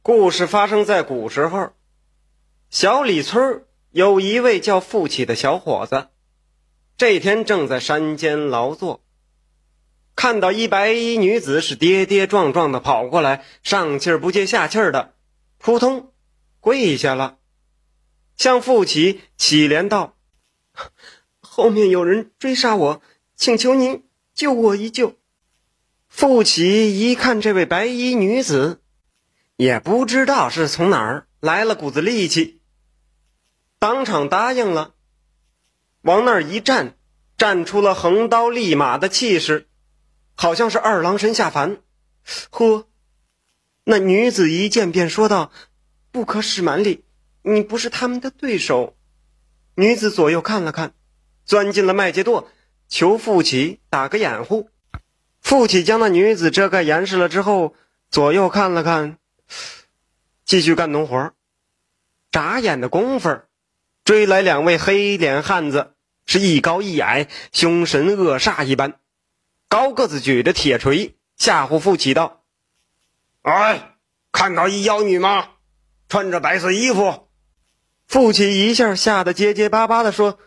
故事发生在古时候，小李村有一位叫富启的小伙子，这天正在山间劳作，看到一白衣女子是跌跌撞撞的跑过来，上气儿不接下气儿的，扑通跪下了，向富启乞怜道：后面有人追杀我，请求您救我一救。富启一看这位白衣女子，也不知道是从哪儿来了股子力气，当场答应了，往那儿一站，站出了横刀立马的气势，好像是二郎神下凡。呵，那女子一见便说道：不可使蛮力，你不是他们的对手。女子左右看了看，钻进了麦秸垛，求富启打个掩护。富启将那女子遮盖严实了之后，左右看了看，继续干农活。眨眼的功夫，追来两位黑脸汉子，是一高一矮，凶神恶煞一般。高个子举着铁锤吓唬富启道：哎，看到一妖女吗？穿着白色衣服。富启一下吓得结结巴巴地说：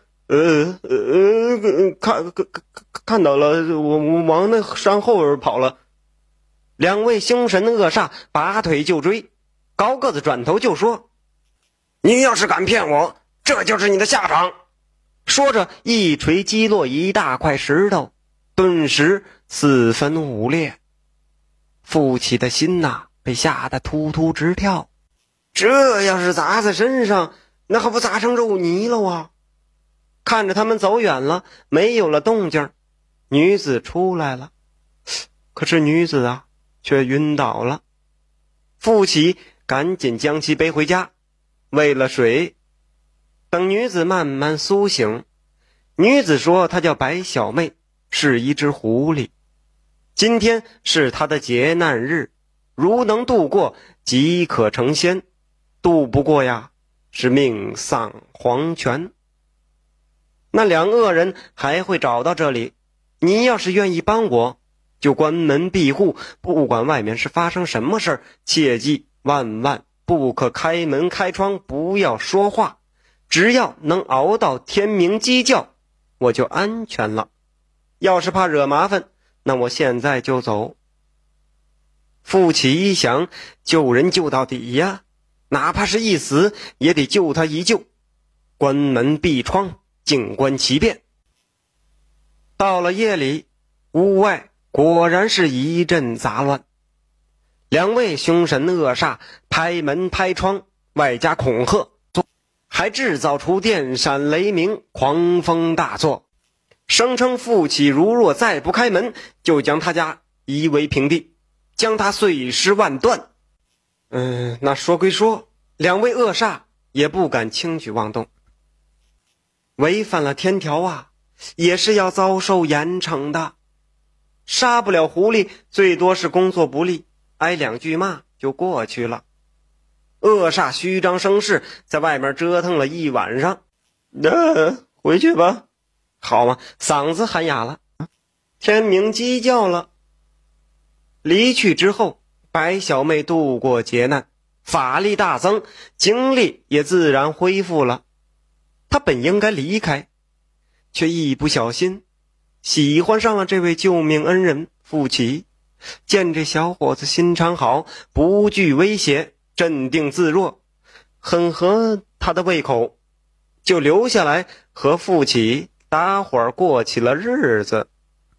看到了，我往那山后边跑了。两位凶神恶煞拔腿就追，高个子转头就说：你要是敢骗我，这就是你的下场。说着一锤击落一大块石头，顿时四分五裂。富启的心被吓得突突直跳，这要是砸在身上，那还不砸成肉泥了啊！看着他们走远了，没有了动静，女子出来了，可是女子却晕倒了。富启赶紧将其背回家，喂了水，等女子慢慢苏醒。女子说她叫白小妹，是一只狐狸，今天是她的劫难日，如能度过即可成仙，渡不过是命丧黄泉。那两恶人还会找到这里，你要是愿意帮我，就关门闭户，不管外面是发生什么事儿，切记万万不可开门开窗，不要说话，只要能熬到天明鸡叫，我就安全了。要是怕惹麻烦，那我现在就走。富启一想，救人救到底呀，哪怕是一死也得救他一救。关门闭窗，静观其变。到了夜里，屋外果然是一阵杂乱，两位凶神恶煞拍门拍窗，外加恐吓，还制造出电闪雷鸣，狂风大作，声称富启如若再不开门，就将他家夷为平地，将他碎尸万段。那说归说，两位恶煞也不敢轻举妄动，违反了天条也是要遭受严惩的。杀不了狐狸，最多是工作不力，挨两句骂就过去了。恶煞虚张声势，在外面折腾了一晚上。回去吧。好嘛，嗓子喊哑了。天明鸡叫了。离去之后，白小妹度过劫难，法力大增，精力也自然恢复了。她本应该离开，却一不小心喜欢上了这位救命恩人富启。见这小伙子心肠好，不惧威胁，镇定自若，很合他的胃口，就留下来和富启搭伙过起了日子。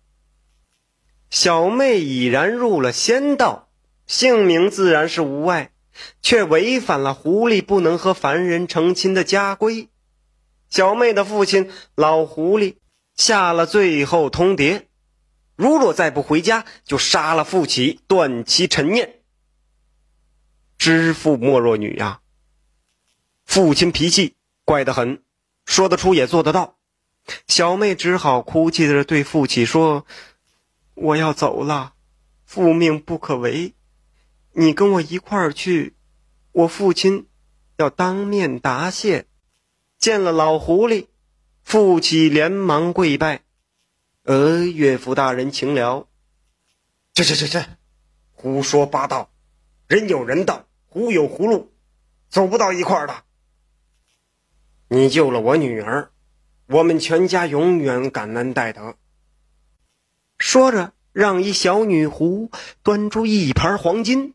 小妹已然入了仙道，性命自然是无碍，却违反了狐狸不能和凡人成亲的家规。小妹的父亲老狐狸下了最后通牒，如若再不回家，就杀了富启，断其陈念。知父莫若女父亲脾气怪得很，说得出也做得到。小妹只好哭泣着对富启说：我要走了，父命不可违，你跟我一块儿去，我父亲要当面答谢。见了老狐狸，富启连忙跪拜：岳父大人请了。这胡说八道，人有人道， 忽悠葫芦，走不到一块儿的。你救了我女儿，我们全家永远感恩戴德。说着，让一小女狐端出一盘黄金。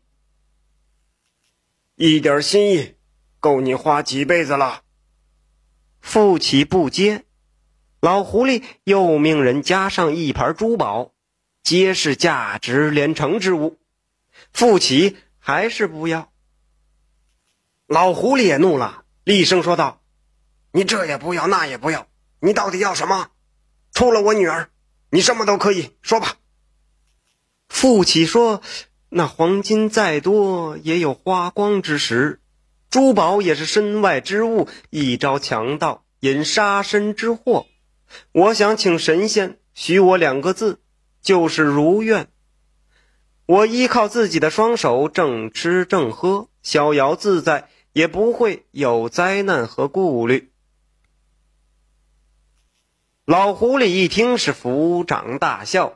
一点心意，够你花几辈子了。傅启不接，老狐狸又命人加上一盘珠宝，皆是价值连城之物。傅启还是不要。老狐狸也怒了，厉声说道：你这也不要，那也不要，你到底要什么？除了我女儿，你什么都可以说吧。傅启说：那黄金再多也有花光之时，珠宝也是身外之物，一招强盗引杀身之祸。我想请神仙许我2个字，就是如愿。我依靠自己的双手，正吃正喝，逍遥自在，也不会有灾难和顾虑。老狐狸一听是抚掌大笑，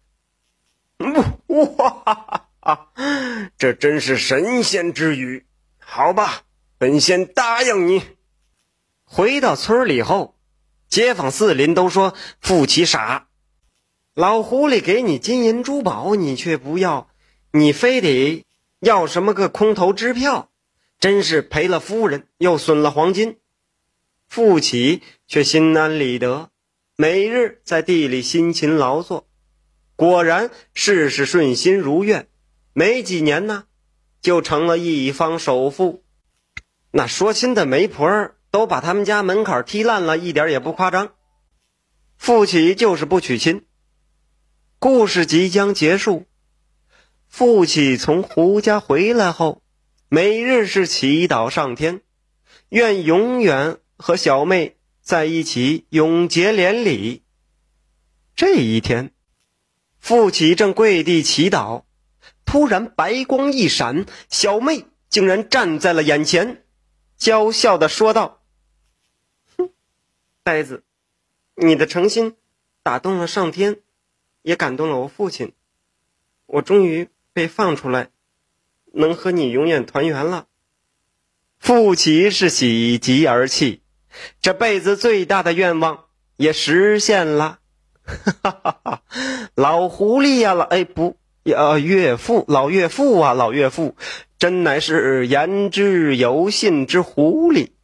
哇，这真是神仙之语。好吧，本仙答应你。回到村里后，街坊四邻都说傅启傻，老狐狸给你金银珠宝你却不要，你非得要什么个空头支票，真是赔了夫人又损了黄金。傅启却心安理得，每日在地里辛勤劳作，果然事事顺心如愿，没几年呢，就成了一方首富。那说亲的媒婆都把他们家门槛踢烂了，一点也不夸张。傅启就是不娶亲。故事即将结束，傅启从胡家回来后，每日是祈祷上天，愿永远和小妹在一起，永结连理。这一天，傅启正跪地祈祷，突然白光一闪，小妹竟然站在了眼前，娇笑地说道：哼，呆子，你的诚心打动了上天，也感动了我父亲，我终于被放出来，能和你永远团圆了。傅启是喜极而泣，这辈子最大的愿望也实现了。老狐狸呀，老岳父，真乃是言之有信之狐狸。